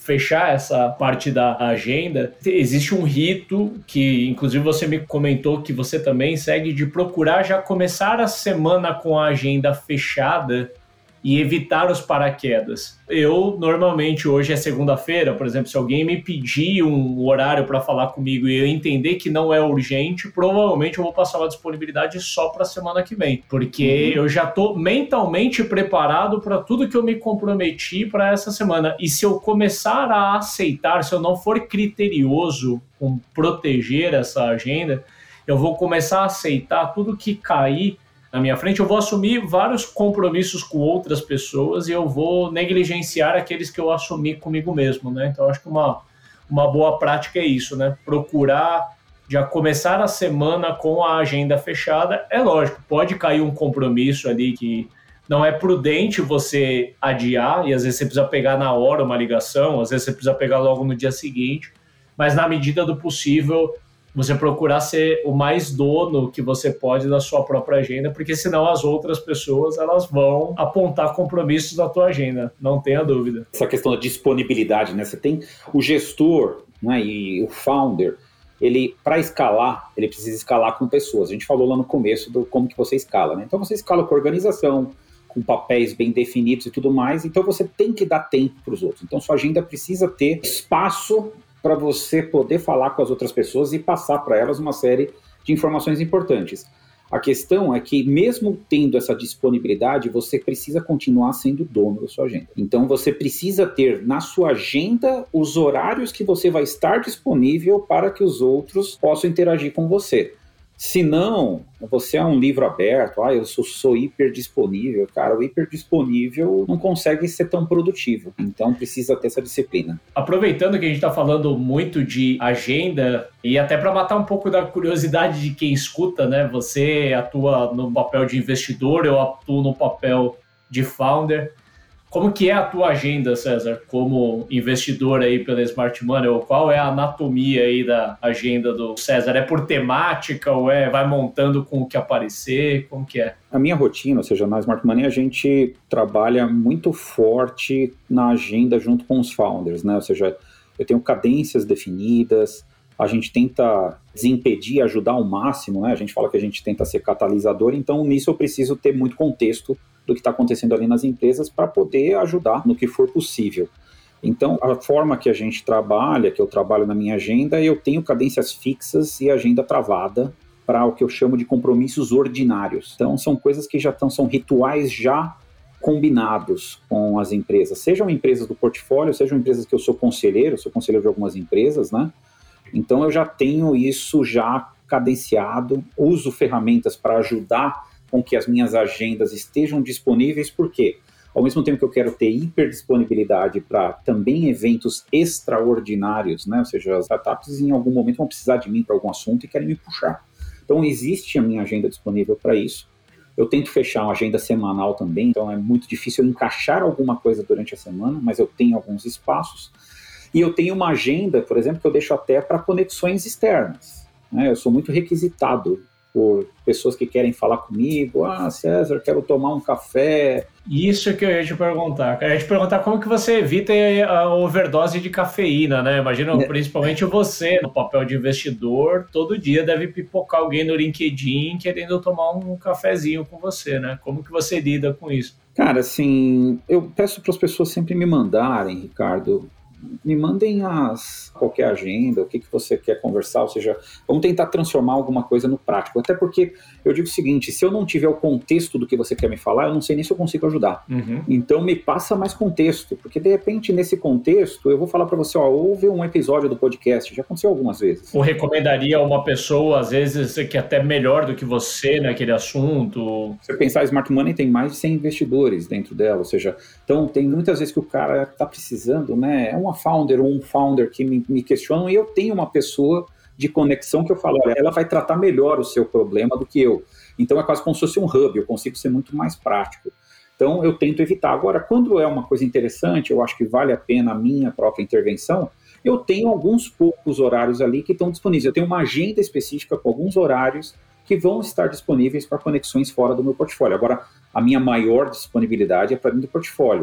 fechar essa parte da agenda, existe um rito que, inclusive, você me comentou que você também segue, de procurar já começar a semana com a agenda fechada e evitar os paraquedas. Eu, normalmente, hoje é segunda-feira, por exemplo, se alguém me pedir um horário para falar comigo e eu entender que não é urgente, provavelmente eu vou passar uma disponibilidade só para a semana que vem, porque eu já estou mentalmente preparado para tudo que eu me comprometi para essa semana. E se eu começar a aceitar, se eu não for criterioso com proteger essa agenda, eu vou começar a aceitar tudo que cair na minha frente, eu vou assumir vários compromissos com outras pessoas e eu vou negligenciar aqueles que eu assumi comigo mesmo, né? Então, acho que uma boa prática é isso, né? Procurar já começar a semana com a agenda fechada. É lógico, pode cair um compromisso ali que não é prudente você adiar, e às vezes você precisa pegar na hora uma ligação, às vezes você precisa pegar logo no dia seguinte, mas na medida do possível, você procurar ser o mais dono que você pode da sua própria agenda, porque senão as outras pessoas elas vão apontar compromissos na tua agenda, não tenha dúvida. Essa questão da disponibilidade, né? Você tem o gestor, né, e o founder, ele, para escalar, ele precisa escalar com pessoas. A gente falou lá no começo do como que você escala, né? Então você escala com organização, com papéis bem definidos e tudo mais, então você tem que dar tempo para os outros. Então sua agenda precisa ter espaço para você poder falar com as outras pessoas e passar para elas uma série de informações importantes. A questão é que, mesmo tendo essa disponibilidade, você precisa continuar sendo dono da sua agenda. Então, você precisa ter na sua agenda os horários que você vai estar disponível para que os outros possam interagir com você. Se não, você é um livro aberto, eu sou hiper disponível. Cara, o hiper disponível não consegue ser tão produtivo. Então, precisa ter essa disciplina. Aproveitando que a gente está falando muito de agenda, e até para matar um pouco da curiosidade de quem escuta, né? Você atua no papel de investidor, eu atuo no papel de founder. Como que é a tua agenda, César, como investidor aí pela Smart Money? Ou qual é a anatomia aí da agenda do César? É por temática ou vai montando com o que aparecer? Como que é? A minha rotina, ou seja, na Smart Money a gente trabalha muito forte na agenda junto com os founders, né? Ou seja, eu tenho cadências definidas, a gente tenta desimpedir, ajudar ao máximo, né? A gente fala que a gente tenta ser catalisador, então nisso eu preciso ter muito contexto do que está acontecendo ali nas empresas para poder ajudar no que for possível. Então, a forma que a gente trabalha, que eu trabalho na minha agenda, eu tenho cadências fixas e agenda travada para o que eu chamo de compromissos ordinários. Então, são coisas que são rituais já combinados com as empresas, sejam empresas do portfólio, sejam empresas que eu sou conselheiro de algumas empresas, né? Então, eu já tenho isso já cadenciado, uso ferramentas para ajudar com que as minhas agendas estejam disponíveis, porque ao mesmo tempo que eu quero ter hiperdisponibilidade para também eventos extraordinários, né? Ou seja, as startups em algum momento vão precisar de mim para algum assunto e querem me puxar. Então existe a minha agenda disponível para isso. Eu tento fechar uma agenda semanal também, então é muito difícil eu encaixar alguma coisa durante a semana, mas eu tenho alguns espaços. E eu tenho uma agenda, por exemplo, que eu deixo até para conexões externas, né? Eu sou muito requisitado por pessoas que querem falar comigo. César, quero tomar um café. Isso que eu ia te perguntar. Eu ia te perguntar como que você evita a overdose de cafeína, né? Imagina, principalmente você, no papel de investidor, todo dia deve pipocar alguém no LinkedIn querendo tomar um cafezinho com você, né? Como que você lida com isso? Cara, assim, eu peço para as pessoas sempre me mandarem, Ricardo, me mandem qualquer agenda, o que você quer conversar, ou seja, vamos tentar transformar alguma coisa no prático, até porque eu digo o seguinte, se eu não tiver o contexto do que você quer me falar, eu não sei nem se eu consigo ajudar. Então me passa mais contexto, porque de repente nesse contexto eu vou falar para você, houve um episódio do podcast, já aconteceu algumas vezes. Ou recomendaria uma pessoa, às vezes, que é até melhor do que você naquele assunto. Se você pensar, a Smart Money tem mais de 100 investidores dentro dela, ou seja, então tem muitas vezes que o cara está precisando, né, é uma founder ou um founder que me questionam e eu tenho uma pessoa de conexão que eu falo, olha, ela vai tratar melhor o seu problema do que eu. Então é quase como se fosse um hub, eu consigo ser muito mais prático. Então eu tento evitar. Agora, quando é uma coisa interessante, eu acho que vale a pena a minha própria intervenção, eu tenho alguns poucos horários ali que estão disponíveis. Eu tenho uma agenda específica com alguns horários que vão estar disponíveis para conexões fora do meu portfólio. Agora, a minha maior disponibilidade é para dentro do portfólio.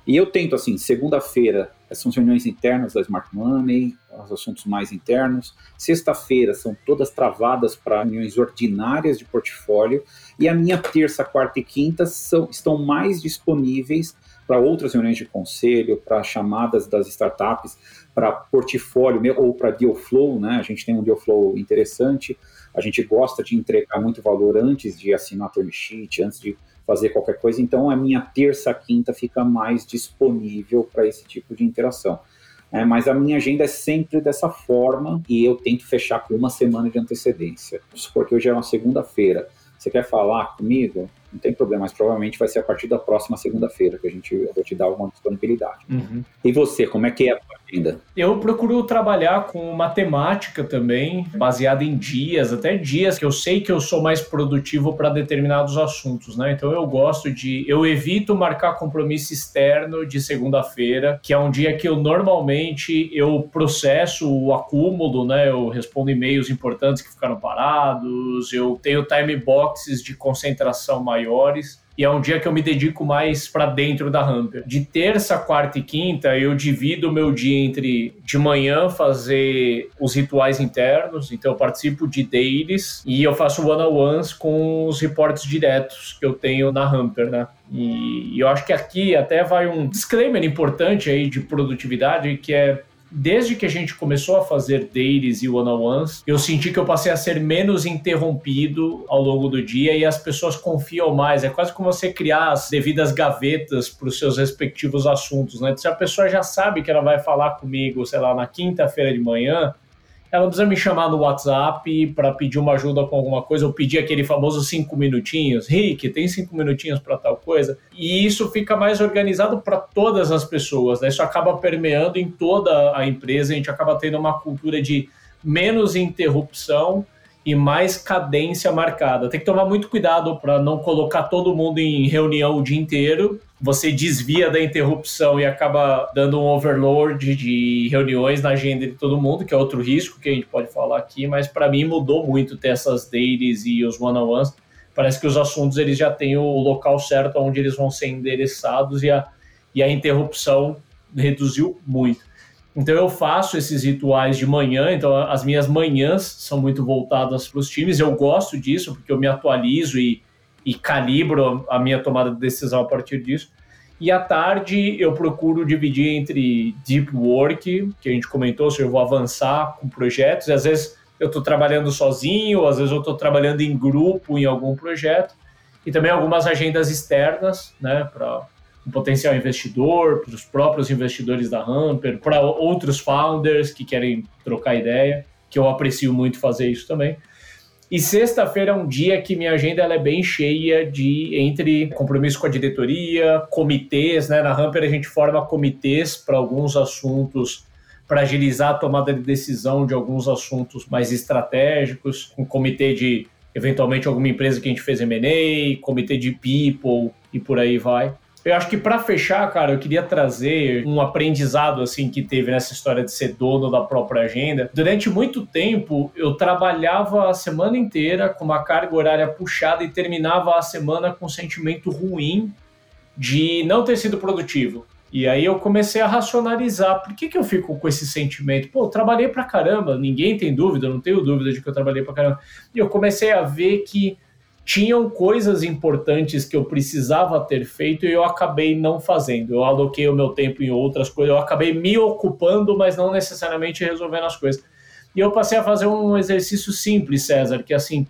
E eu tento, assim, segunda-feira são reuniões internas da Smart Money, os assuntos mais internos. Sexta-feira são todas travadas para reuniões ordinárias de portfólio. E a minha terça, quarta e quinta estão mais disponíveis para outras reuniões de conselho, para chamadas das startups, para portfólio ou para deal flow, né? A gente tem um deal flow interessante, a gente gosta de entregar muito valor antes de assinar a term sheet, antes de fazer qualquer coisa, então a minha terça, quinta fica mais disponível para esse tipo de interação. Mas a minha agenda é sempre dessa forma e eu tento fechar com uma semana de antecedência. Porque hoje é uma segunda-feira. Você quer falar comigo? Não tem problema, mas provavelmente vai ser a partir da próxima segunda-feira que eu vou te dar uma disponibilidade. Uhum. E você, como é que é a sua agenda? Eu procuro trabalhar com matemática também, baseada em dias, até dias que eu sei que eu sou mais produtivo para determinados assuntos, né? Então eu evito marcar compromisso externo de segunda-feira, que é um dia que eu normalmente processo o acúmulo, né? Eu respondo e-mails importantes que ficaram parados, eu tenho time boxes de concentração maiores, e é um dia que eu me dedico mais para dentro da Humper. De terça, quarta e quinta, eu divido o meu dia entre de manhã fazer os rituais internos, então eu participo de dailies e eu faço one-on-ones com os reportes diretos que eu tenho na Humper, né? E eu acho que aqui até vai um disclaimer importante aí de produtividade, que é: desde que a gente começou a fazer dailies e one-on-ones, eu senti que eu passei a ser menos interrompido ao longo do dia e as pessoas confiam mais. É quase como você criar as devidas gavetas para os seus respectivos assuntos, né? Se a pessoa já sabe que ela vai falar comigo, sei lá, na quinta-feira de manhã, ela não precisa me chamar no WhatsApp para pedir uma ajuda com alguma coisa, ou pedir aquele famoso 5 minutinhos. Rick, tem 5 minutinhos para tal coisa? E isso fica mais organizado para todas as pessoas, né? Isso acaba permeando em toda a empresa, a gente acaba tendo uma cultura de menos interrupção e mais cadência marcada. Tem que tomar muito cuidado para não colocar todo mundo em reunião o dia inteiro. Você desvia da interrupção e acaba dando um overload de reuniões na agenda de todo mundo, que é outro risco que a gente pode falar aqui, mas para mim mudou muito ter essas dailies e os one-on-ones. Parece que os assuntos eles já têm o local certo onde eles vão ser endereçados e a interrupção reduziu muito. Então eu faço esses rituais de manhã, então as minhas manhãs são muito voltadas para os times, eu gosto disso porque eu me atualizo e calibro a minha tomada de decisão a partir disso. E à tarde eu procuro dividir entre deep work, que a gente comentou, se eu vou avançar com projetos, e às vezes eu estou trabalhando sozinho, às vezes eu estou trabalhando em grupo em algum projeto, e também algumas agendas externas, né, para um potencial investidor, para os próprios investidores da Humper, para outros founders que querem trocar ideia, que eu aprecio muito fazer isso também. E sexta-feira é um dia que minha agenda ela é bem cheia entre compromisso com a diretoria, comitês, né? Na Humper a gente forma comitês para alguns assuntos, para agilizar a tomada de decisão de alguns assuntos mais estratégicos, um comitê de, eventualmente, alguma empresa que a gente fez M&A, comitê de people e por aí vai. Eu acho que para fechar, cara, eu queria trazer um aprendizado assim que teve nessa história de ser dono da própria agenda. Durante muito tempo, eu trabalhava a semana inteira com uma carga horária puxada e terminava a semana com um sentimento ruim de não ter sido produtivo. E aí eu comecei a racionalizar. Por que eu fico com esse sentimento? Pô, eu trabalhei pra caramba, ninguém tem dúvida, eu não tenho dúvida de que eu trabalhei pra caramba. E eu comecei a ver que tinham coisas importantes que eu precisava ter feito e eu acabei não fazendo. Eu aloquei o meu tempo em outras coisas, eu acabei me ocupando, mas não necessariamente resolvendo as coisas. E eu passei a fazer um exercício simples, César, que assim,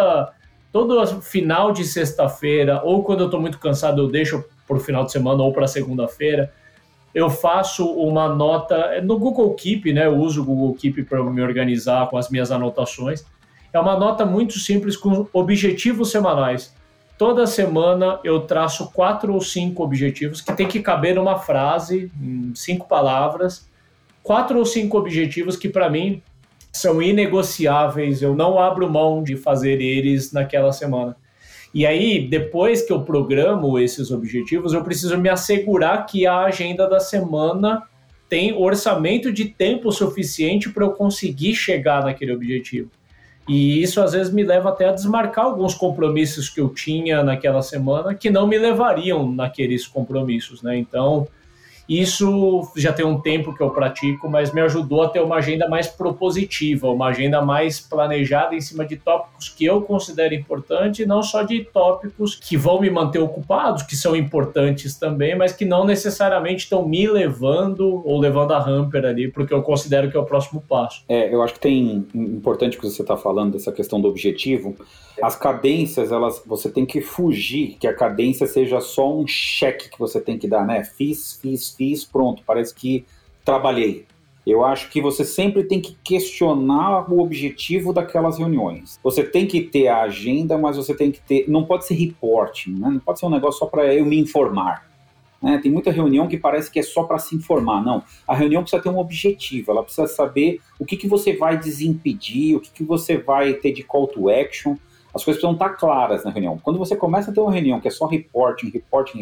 todo final de sexta-feira, ou quando eu estou muito cansado, eu deixo para o final de semana ou para segunda-feira, eu faço uma nota no Google Keep, né? Eu uso o Google Keep para me organizar com as minhas anotações. É uma nota muito simples com objetivos semanais. Toda semana eu traço 4 ou 5 objetivos que tem que caber numa frase, em 5 palavras. 4 ou 5 objetivos que para mim são inegociáveis, eu não abro mão de fazer eles naquela semana. E aí, depois que eu programo esses objetivos, eu preciso me assegurar que a agenda da semana tem orçamento de tempo suficiente para eu conseguir chegar naquele objetivo. E isso às vezes me leva até a desmarcar alguns compromissos que eu tinha naquela semana que não me levariam naqueles compromissos, né? Então, Isso já tem um tempo que eu pratico, mas me ajudou a ter uma agenda mais propositiva, uma agenda mais planejada em cima de tópicos que eu considero importantes, não só de tópicos que vão me manter ocupados, que são importantes também, mas que não necessariamente estão me levando ou levando a hamper ali, porque eu considero que é o próximo passo. Eu acho que tem importante que você está falando dessa questão do objetivo. As cadências, você tem que fugir que a cadência seja só um cheque que você tem que dar, né? Fiz, pronto, parece que trabalhei. Eu acho que você sempre tem que questionar o objetivo daquelas reuniões. Você tem que ter a agenda, mas você tem que ter... Não pode ser reporting, né? Não pode ser um negócio só para eu me informar. Né? Tem muita reunião que parece que é só para se informar. Não, a reunião precisa ter um objetivo, ela precisa saber o que você vai desimpedir, o que você vai ter de call to action. As coisas precisam estar claras na reunião. Quando você começa a ter uma reunião que é só reporting,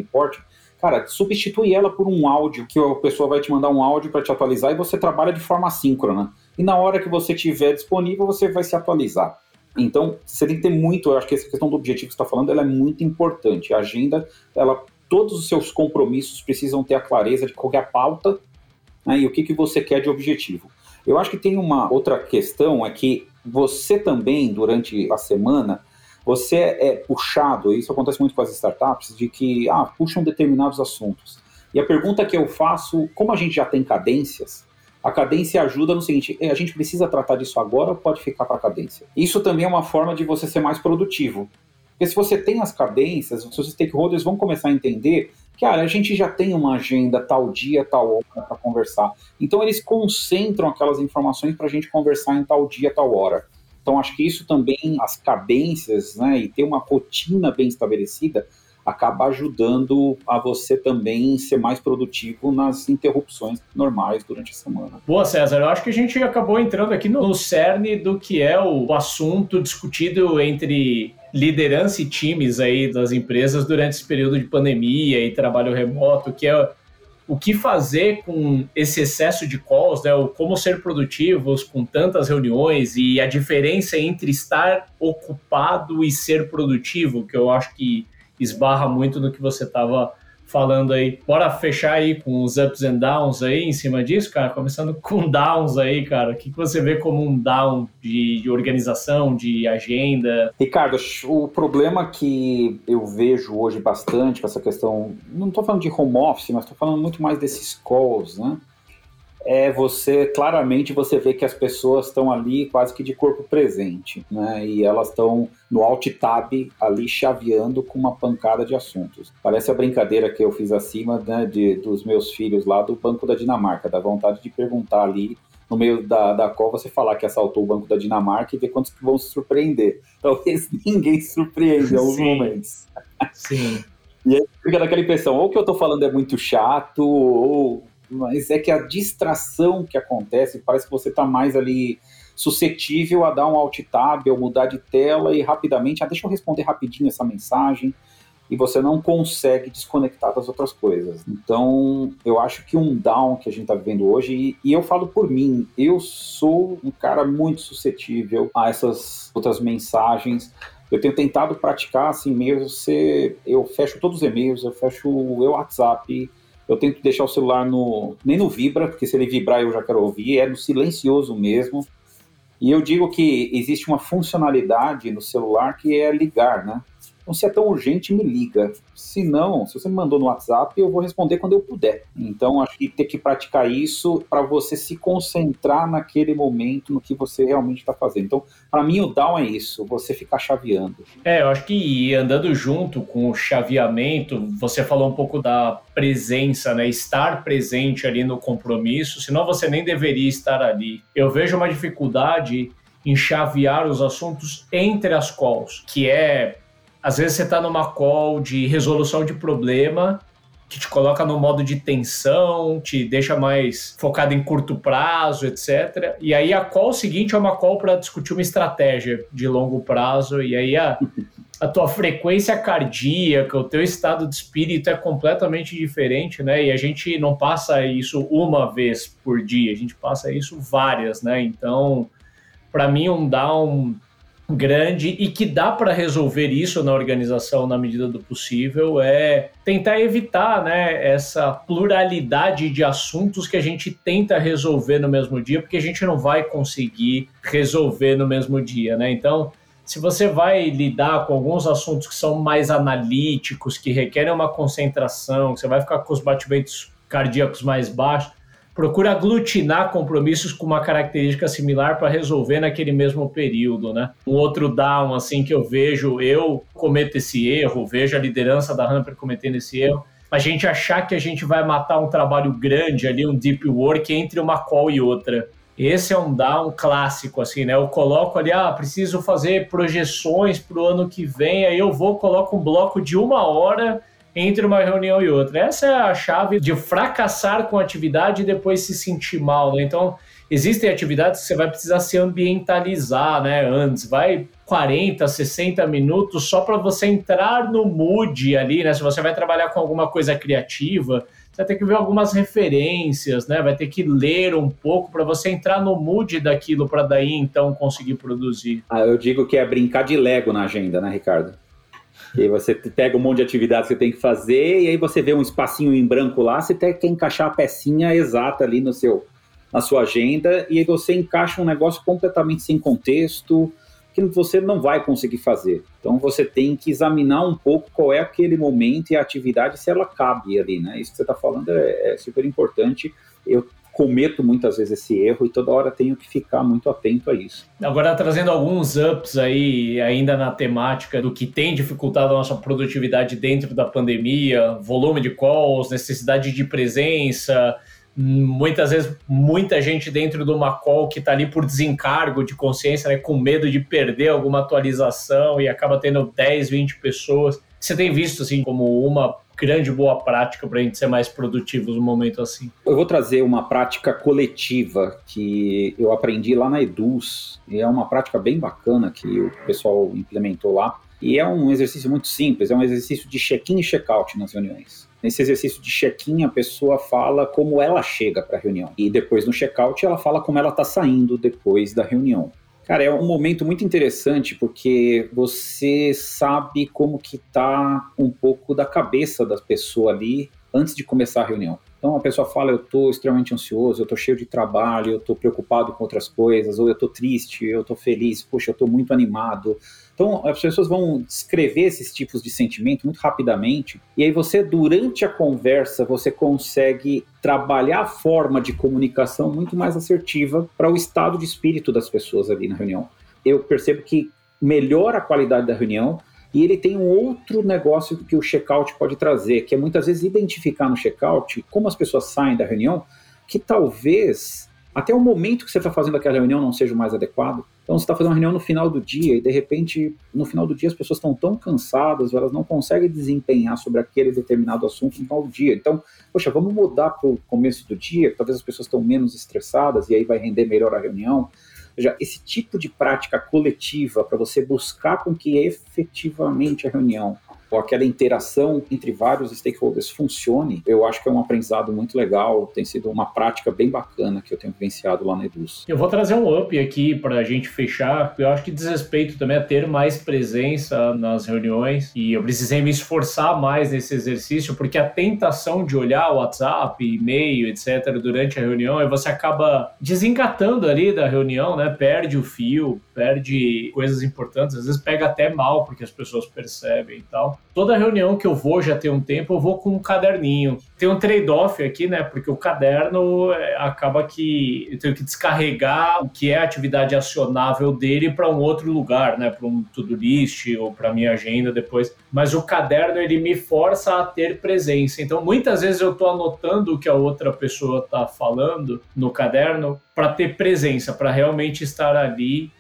cara, substitui ela por um áudio, que a pessoa vai te mandar um áudio para te atualizar e você trabalha de forma assíncrona. E na hora que você estiver disponível, você vai se atualizar. Então, você tem que ter muito... Eu acho que essa questão do objetivo que você está falando, ela é muito importante. A agenda, todos os seus compromissos precisam ter a clareza de qual é a pauta, né, e o que você quer de objetivo. Eu acho que tem uma outra questão, é que você também, durante a semana, você é puxado, isso acontece muito com as startups, de que puxam determinados assuntos. E a pergunta que eu faço, como a gente já tem cadências, a cadência ajuda no seguinte, a gente precisa tratar disso agora ou pode ficar para a cadência? Isso também é uma forma de você ser mais produtivo. Porque se você tem as cadências, os seus stakeholders vão começar a entender que a gente já tem uma agenda tal dia, tal hora para conversar. Então eles concentram aquelas informações para a gente conversar em tal dia, tal hora. Então acho que isso também, as cadências, né, e ter uma rotina bem estabelecida, acaba ajudando a você também ser mais produtivo nas interrupções normais durante a semana. Boa, César, eu acho que a gente acabou entrando aqui no cerne do que é o assunto discutido entre liderança e times aí das empresas durante esse período de pandemia e trabalho remoto, que é o que fazer com esse excesso de calls, né? Como ser produtivos com tantas reuniões e a diferença entre estar ocupado e ser produtivo, que eu acho que esbarra muito no que você estava falando aí. Bora fechar aí com os ups and downs aí em cima disso, cara? Começando com downs aí, cara. O que você vê como um down de organização, de agenda? Ricardo, o problema que eu vejo hoje bastante com essa questão, não estou falando de home office, mas estou falando muito mais desses calls, né? Claramente você vê que as pessoas estão ali quase que de corpo presente, né? E elas estão no Alt Tab ali chaveando com uma pancada de assuntos. Parece a brincadeira que eu fiz acima, né, dos meus filhos lá do Banco da Dinamarca, da vontade de perguntar ali no meio da call, você falar que assaltou o Banco da Dinamarca e ver quantos que vão se surpreender. Talvez ninguém se surpreenda em alguns momentos. Sim. E aí fica naquela impressão, ou que eu estou falando é muito chato, mas é que a distração que acontece, parece que você está mais ali suscetível a dar um alt tab ou mudar de tela e rapidamente, deixa eu responder rapidinho essa mensagem, e você não consegue desconectar das outras coisas. Então, eu acho que um down que a gente está vivendo hoje, e eu falo por mim, eu sou um cara muito suscetível a essas outras mensagens. Eu tenho tentado praticar assim, e-mails, eu fecho todos os e-mails, eu fecho o WhatsApp, eu tento deixar o celular nem no vibra, porque se ele vibrar eu já quero ouvir, é no silencioso mesmo. E eu digo que existe uma funcionalidade no celular que é ligar, né? Então, se é tão urgente, me liga. Se não, se você me mandou no WhatsApp, eu vou responder quando eu puder. Então, acho que tem que praticar isso para você se concentrar naquele momento, no que você realmente está fazendo. Então, para mim, o down é isso, você ficar chaveando. Eu acho que andando junto com o chaveamento, você falou um pouco da presença, né? Estar presente ali no compromisso, senão você nem deveria estar ali. Eu vejo uma dificuldade em chavear os assuntos entre as calls, que às vezes você está numa call de resolução de problema, que te coloca no modo de tensão, te deixa mais focado em curto prazo, etc. E aí a call seguinte é uma call para discutir uma estratégia de longo prazo, e aí a tua frequência cardíaca, o teu estado de espírito é completamente diferente, né? E a gente não passa isso uma vez por dia, a gente passa isso várias, né? Então, para mim, um down grande e que dá para resolver isso na organização na medida do possível é tentar evitar, né, essa pluralidade de assuntos que a gente tenta resolver no mesmo dia, porque a gente não vai conseguir resolver no mesmo dia, né? Então, se você vai lidar com alguns assuntos que são mais analíticos, que requerem uma concentração, que você vai ficar com os batimentos cardíacos mais baixos, procura aglutinar compromissos com uma característica similar para resolver naquele mesmo período, né? Um outro down, assim, que eu cometo esse erro, vejo a liderança da Hamper cometendo esse erro, a gente achar que a gente vai matar um trabalho grande ali, um deep work, entre uma call e outra. Esse é um down clássico, assim, né? Eu coloco ali, preciso fazer projeções para o ano que vem, aí coloco um bloco de 1 hora entre uma reunião e outra. Essa é a chave de fracassar com a atividade e depois se sentir mal, né? Então, existem atividades que você vai precisar se ambientalizar, né? Antes, vai 40, 60 minutos só para você entrar no mood ali, né? Se você vai trabalhar com alguma coisa criativa, você vai ter que ver algumas referências, né? Vai ter que ler um pouco para você entrar no mood daquilo para daí, então, conseguir produzir. Eu digo que é brincar de Lego na agenda, né, Ricardo? E aí você pega um monte de atividades que você tem que fazer, e aí você vê um espacinho em branco lá, você tem que encaixar a pecinha exata ali na sua agenda, e aí você encaixa um negócio completamente sem contexto, que você não vai conseguir fazer. Então você tem que examinar um pouco qual é aquele momento e a atividade, se ela cabe ali, né? Isso que você está falando é super importante. Eu cometo muitas vezes esse erro e toda hora tenho que ficar muito atento a isso. Agora, trazendo alguns ups aí, ainda na temática do que tem dificultado a nossa produtividade dentro da pandemia, volume de calls, necessidade de presença, muitas vezes muita gente dentro de uma call que está ali por desencargo de consciência, né, com medo de perder alguma atualização e acaba tendo 10, 20 pessoas. Você tem visto assim como uma grande boa prática para a gente ser mais produtivo no momento assim? Eu vou trazer uma prática coletiva que eu aprendi lá na Eduz, e é uma prática bem bacana que o pessoal implementou lá, e é um exercício muito simples, é um exercício de check-in e check-out nas reuniões. Nesse exercício de check-in, a pessoa fala como ela chega para a reunião, e depois no check-out ela fala como ela está saindo depois da reunião. Cara, é um momento muito interessante porque você sabe como que tá um pouco da cabeça da pessoa ali antes de começar a reunião. Então a pessoa fala, eu estou extremamente ansioso, eu estou cheio de trabalho, eu estou preocupado com outras coisas, ou eu estou triste, eu estou feliz, poxa, eu estou muito animado. Então as pessoas vão descrever esses tipos de sentimento muito rapidamente, e aí você, durante a conversa, você consegue trabalhar a forma de comunicação muito mais assertiva para o estado de espírito das pessoas ali na reunião. Eu percebo que melhora a qualidade da reunião, e ele tem um outro negócio que o check-out pode trazer, que é muitas vezes identificar no check-out como as pessoas saem da reunião, que talvez até o momento que você está fazendo aquela reunião não seja o mais adequado. Então você está fazendo uma reunião no final do dia e de repente no final do dia as pessoas estão tão cansadas, elas não conseguem desempenhar sobre aquele determinado assunto no final do dia. Então, poxa, vamos mudar para o começo do dia, que talvez as pessoas estão menos estressadas e aí vai render melhor a reunião. Seja, esse tipo de prática coletiva para você buscar com que efetivamente a reunião ou aquela interação entre vários stakeholders funcione, eu acho que é um aprendizado muito legal, tem sido uma prática bem bacana que eu tenho vivenciado lá na Eduz. Eu vou trazer um up aqui para a gente fechar, eu acho que diz respeito também a ter mais presença nas reuniões, e eu precisei me esforçar mais nesse exercício, porque a tentação de olhar o WhatsApp, e-mail, etc., durante a reunião, você acaba desencatando ali da reunião, né? Perde o fio, perde coisas importantes, às vezes pega até mal, porque as pessoas percebem e tal. Toda reunião que eu vou, já tem um tempo, eu vou com um caderninho. Tem um trade-off aqui, né? Porque o caderno acaba que eu tenho que descarregar o que é a atividade acionável dele para um outro lugar, né? Para um to-do list ou para minha agenda depois. Mas o caderno, ele me força a ter presença. Então, muitas vezes eu estou anotando o que a outra pessoa está falando no caderno para ter presença, para realmente estar ali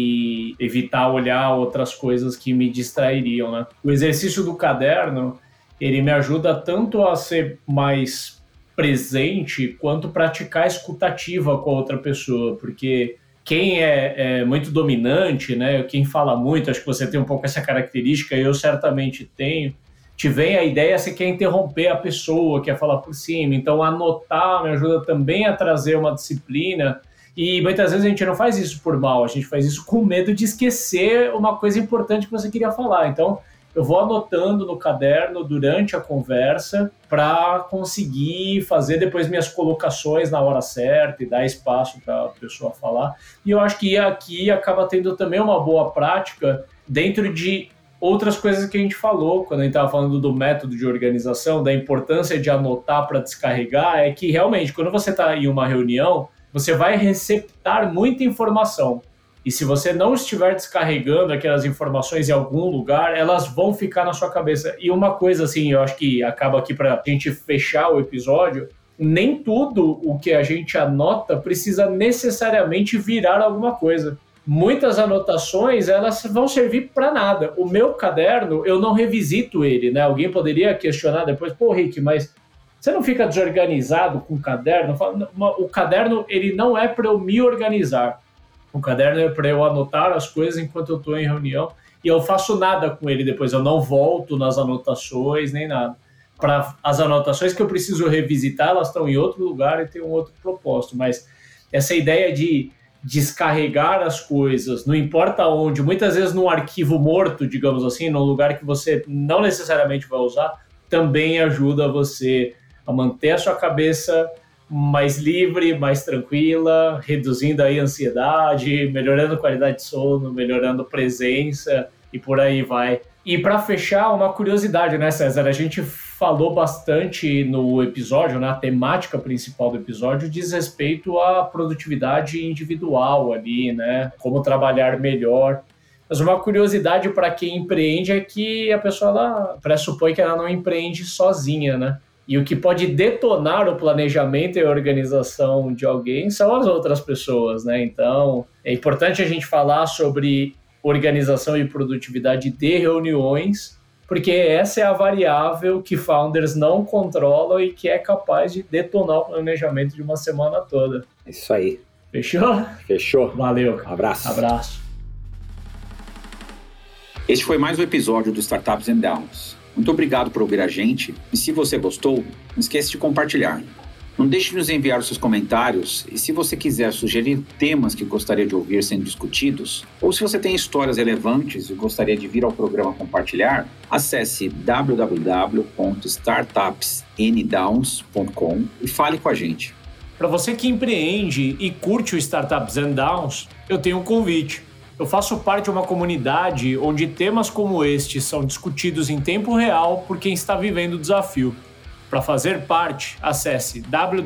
e evitar olhar outras coisas que me distrairiam, né? O exercício do caderno, ele me ajuda tanto a ser mais presente quanto praticar a escutativa com a outra pessoa, porque quem é muito dominante, né? Quem fala muito, acho que você tem um pouco essa característica, eu certamente tenho, te vem a ideia, você quer interromper a pessoa, quer falar por cima, então anotar me ajuda também a trazer uma disciplina E muitas vezes a gente não faz isso por mal, a gente faz isso com medo de esquecer uma coisa importante que você queria falar. Então, eu vou anotando no caderno durante a conversa para conseguir fazer depois minhas colocações na hora certa e dar espaço para a pessoa falar. E eu acho que aqui acaba tendo também uma boa prática dentro de outras coisas que a gente falou, quando a gente estava falando do método de organização, da importância de anotar para descarregar, é que realmente, quando você está em uma reunião, você vai receptar muita informação. E se você não estiver descarregando aquelas informações em algum lugar, elas vão ficar na sua cabeça. E uma coisa assim, eu acho que acaba aqui para a gente fechar o episódio, nem tudo o que a gente anota precisa necessariamente virar alguma coisa. Muitas anotações, elas vão servir para nada. O meu caderno, eu não revisito ele, né? Alguém poderia questionar depois, pô, Rick, mas você não fica desorganizado com o caderno? O caderno, ele não é para eu me organizar. O caderno é para eu anotar as coisas enquanto eu estou em reunião e eu faço nada com ele depois. Eu não volto nas anotações nem nada. Para as anotações que eu preciso revisitar, elas estão em outro lugar e tem um outro propósito. Mas essa ideia de descarregar as coisas, não importa onde, muitas vezes num arquivo morto, digamos assim, num lugar que você não necessariamente vai usar, também ajuda você a manter a sua cabeça mais livre, mais tranquila, reduzindo aí a ansiedade, melhorando a qualidade de sono, melhorando a presença e por aí vai. E para fechar, uma curiosidade, né, César? A gente falou bastante no episódio, na temática principal do episódio, diz respeito à produtividade individual ali, né? Como trabalhar melhor. Mas uma curiosidade para quem empreende é que a pessoa ela pressupõe que ela não empreende sozinha, né? E o que pode detonar o planejamento e a organização de alguém são as outras pessoas, né? Então, é importante a gente falar sobre organização e produtividade de reuniões, porque essa é a variável que founders não controlam e que é capaz de detonar o planejamento de uma semana toda. É isso aí. Fechou? Fechou. Valeu. Abraço. Abraço. Este foi mais um episódio do Startups and Downs. Muito obrigado por ouvir a gente e se você gostou, não esqueça de compartilhar. Não deixe de nos enviar os seus comentários e se você quiser sugerir temas que gostaria de ouvir sendo discutidos ou se você tem histórias relevantes e gostaria de vir ao programa compartilhar, acesse www.startupsndowns.com e fale com a gente. Para você que empreende e curte o Startups and Downs, eu tenho um convite. Eu faço parte de uma comunidade onde temas como este são discutidos em tempo real por quem está vivendo o desafio. Para fazer parte, acesse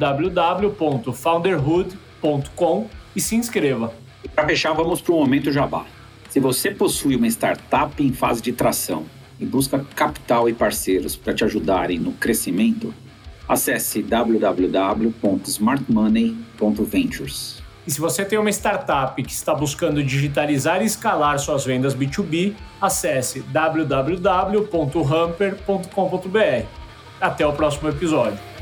www.founderhood.com e se inscreva. Para fechar, vamos para o Momento Jabá. Se você possui uma startup em fase de tração e busca capital e parceiros para te ajudarem no crescimento, acesse www.smartmoney.ventures. E se você tem uma startup que está buscando digitalizar e escalar suas vendas B2B, acesse www.hamper.com.br. Até o próximo episódio.